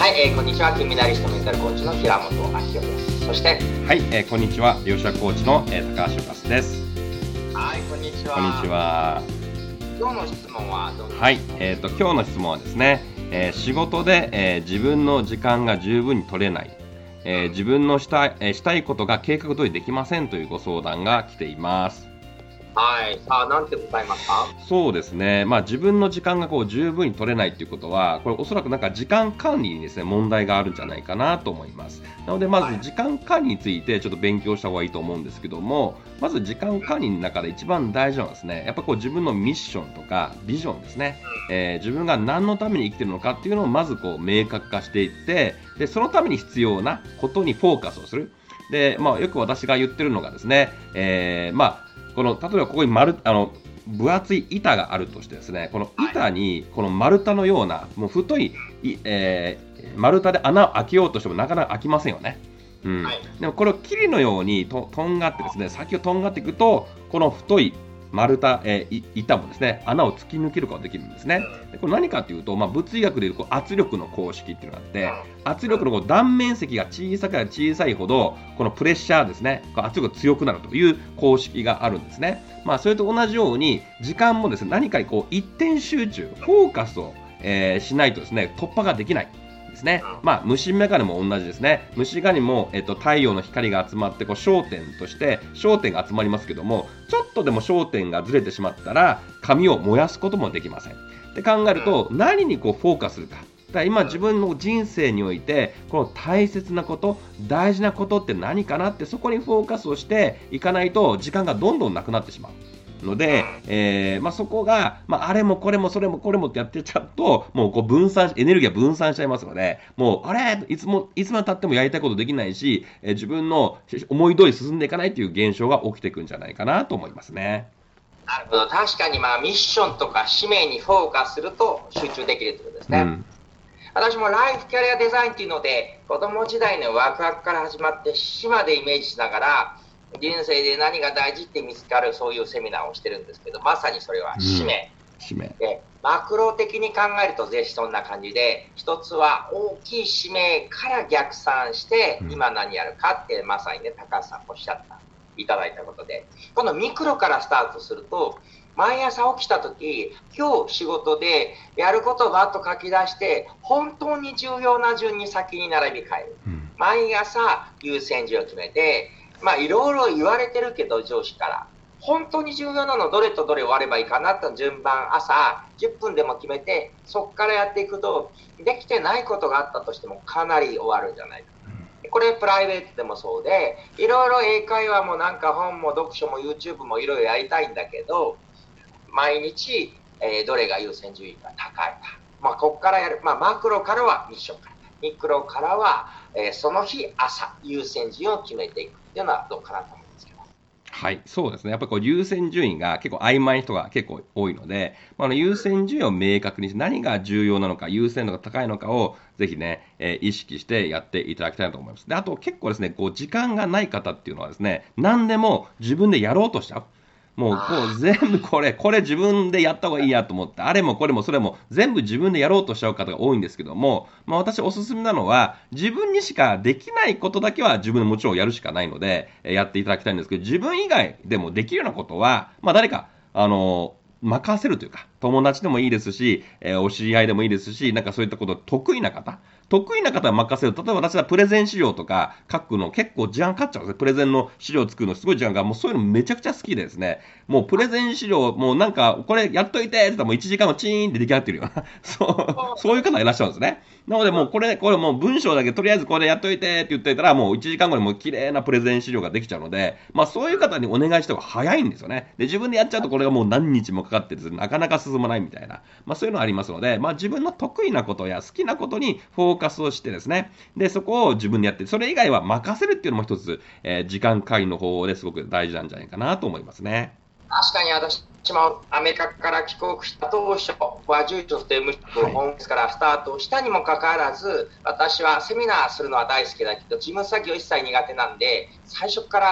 はい、こんにちは。金メダリストメンタルコーチの平本明夫です。そして、 はい、こんにちは。両者コーチの、高橋和です。 はい、こんにちは。 こんにちは。 今日の質問はどうですか？ はい、今日の質問はですね、仕事で、自分の時間が十分に取れない、自分のしたいことが計画通りできませんというご相談が来ています。 はい、さあ、なんて答えますか？ そうですね、自分の時間が十分に取れないということは、これおそらく時間管理にですね、問題があるんじゃないかなと思います。なので、まず時間管理についてちょっと勉強した方がいいと思うんですけども、まず時間管理の中で一番大事なのはですね、やっぱ自分のミッションとかビジョンですね、自分が何のために生きているのかっていうのをまず明確化していって、でそのために必要なことにフォーカスをする。で、よく私が言ってるのがですね、例えばここに分厚い板があるとしてですね、この板にこの丸太のようなもう太い、丸太で穴を開けようとしてもなかなか開きませんよね。でもこれを霧のようにとんがってですね、先をとんがっていくと、この太い丸太、板もですね、穴を突き抜けることができるんですね。でこれ何かというと、物理学でいう圧力の公式っていうのがあって、圧力の断面積が小さければ小さいほど、このプレッシャーですね、圧力が強くなるという公式があるんですね。それと同じように、時間もですね、何かに一点集中、フォーカスを、しないとですね、突破ができない。ですね。虫眼鏡も同じですね。虫眼鏡も、太陽の光が集まって焦点として焦点が集まりますけども、ちょっとでも焦点がずれてしまったら紙を燃やすこともできません。で考えると、何にフォーカスするか。だから今自分の人生においてこの大切なこと、大事なことって何かなって、そこにフォーカスをしていかないと時間がどんどんなくなってしまうので、そこが、あれもこれもそれもこれもってやってちゃうと、もうエネルギーが分散しちゃいますので、もう、いつまで経ってもやりたいことできないし、自分の思い通り進んでいかないという現象が起きていくんじゃないかなと思いますね。 なるほど。確かに、ミッションとか使命にフォーカスすると集中できるということですね。私もライフキャリアデザインっていうので、子供時代のワクワクから始まって死までイメージしながら、人生で何が大事って見つかる、そういうセミナーをしてるんですけど、まさにそれは使命。でマクロ的に考えるとぜひそんな感じで、一つは大きい使命から逆算して、今何やるかってまさにね、高橋さんおっしゃったいただいたことで、このミクロからスタートすると、毎朝起きた時、今日仕事でやることをバッと書き出して、本当に重要な順に先に並び替える。毎朝優先順位を決めて、いろいろ言われてるけど、上司から本当に重要なのどれとどれ終わればいいかなと順番朝10分でも決めて、そこからやっていくと、できてないことがあったとしてもかなり終わるんじゃないか。これプライベートでもそうで、いろいろ英会話も本も読書も YouTube もいろいろやりたいんだけど、毎日、どれが優先順位が高いか、ここからやる、マクロからはミッションから、ミクロからは、その日朝優先順位を決めていくっていうのはどうかなと思うんですけど。 はい、そうですね。やっぱり優先順位が結構曖昧な人が結構多いので、優先順位を明確にして何が重要なのか、優先度が高いのかをぜひね、意識してやっていただきたいなと思います。で、あと結構ですね、時間がない方っていうのはですね、何でも自分でやろうとしちゃう。もう全部これ自分でやった方がいいやと思って、あれもこれもそれも全部自分でやろうとしちゃう方が多いんですけども、私おすすめなのは、自分にしかできないことだけは自分でもちろんやるしかないので、やっていただきたいんですけど、自分以外でもできるようなことは、誰か、任せるというか、友達でもいいですし、お知り合いでもいいですし、そういったこと得意な方は任せる。例えば私はプレゼン資料とか書くの結構時間かかっちゃうんですね。プレゼンの資料作るのすごい時間が、もうそういうのめちゃくちゃ好きでですね、もうプレゼン資料、もうこれやっといてって言ったらもう1時間もチーンって出来上がってるような、そういう方がいらっしゃるんですね。なのでもうこれもう文章だけとりあえずこれやっといてって言っていたら、もう1時間後にもう綺麗なプレゼン資料ができちゃうので、そういう方にお願いした方が早いんですよね。で、自分でやっちゃうとこれがもう何日もかかってですね、なかなか進まないみたいな、そういうのありますので、自分の得意なことや好きなことにフォーカスをしてですね、で、そこを自分でやって、それ以外は任せるっていうのも一つ、時間管理の方法ですごく大事なんじゃないかなと思いますね。 確かに私もアメリカから帰国した当初、和住所という無職ホームレスからスタートしたにもかかわらず、私はセミナーするのは大好きだけど、事務作業一切苦手なんで、最初から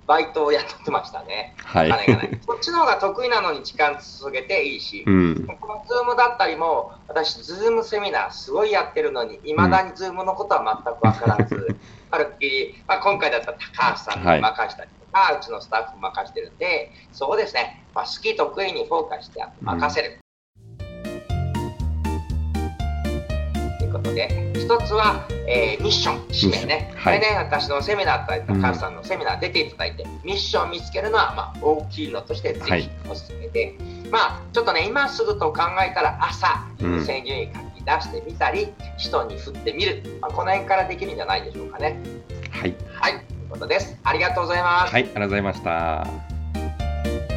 バイトを雇ってましたね。 はい。 お金がない。そっちの方が得意なのに時間続けていいし、このズームだったりも、私、ズームセミナーすごいやってるのに、いまだにズームのことは全く分からず、あるっきり、今回だったら高橋さんに任したりとか、うちのスタッフに任してるんで、そうですね、好き得意にフォーカスして任せる。ということで、一つは、ミッション、使命ね。これね、私のセミナーと高橋さんのセミナー出ていただいて、ミッションを見つけるのは、大きいのとしてぜひおすすめで、ちょっとね、今すぐと考えたら朝、優先順位書き出してみたり、人に振ってみる。この辺からできるんじゃないでしょうかね。 はい。 はい、ということです。ありがとうございます。 はい、ありがとうございました。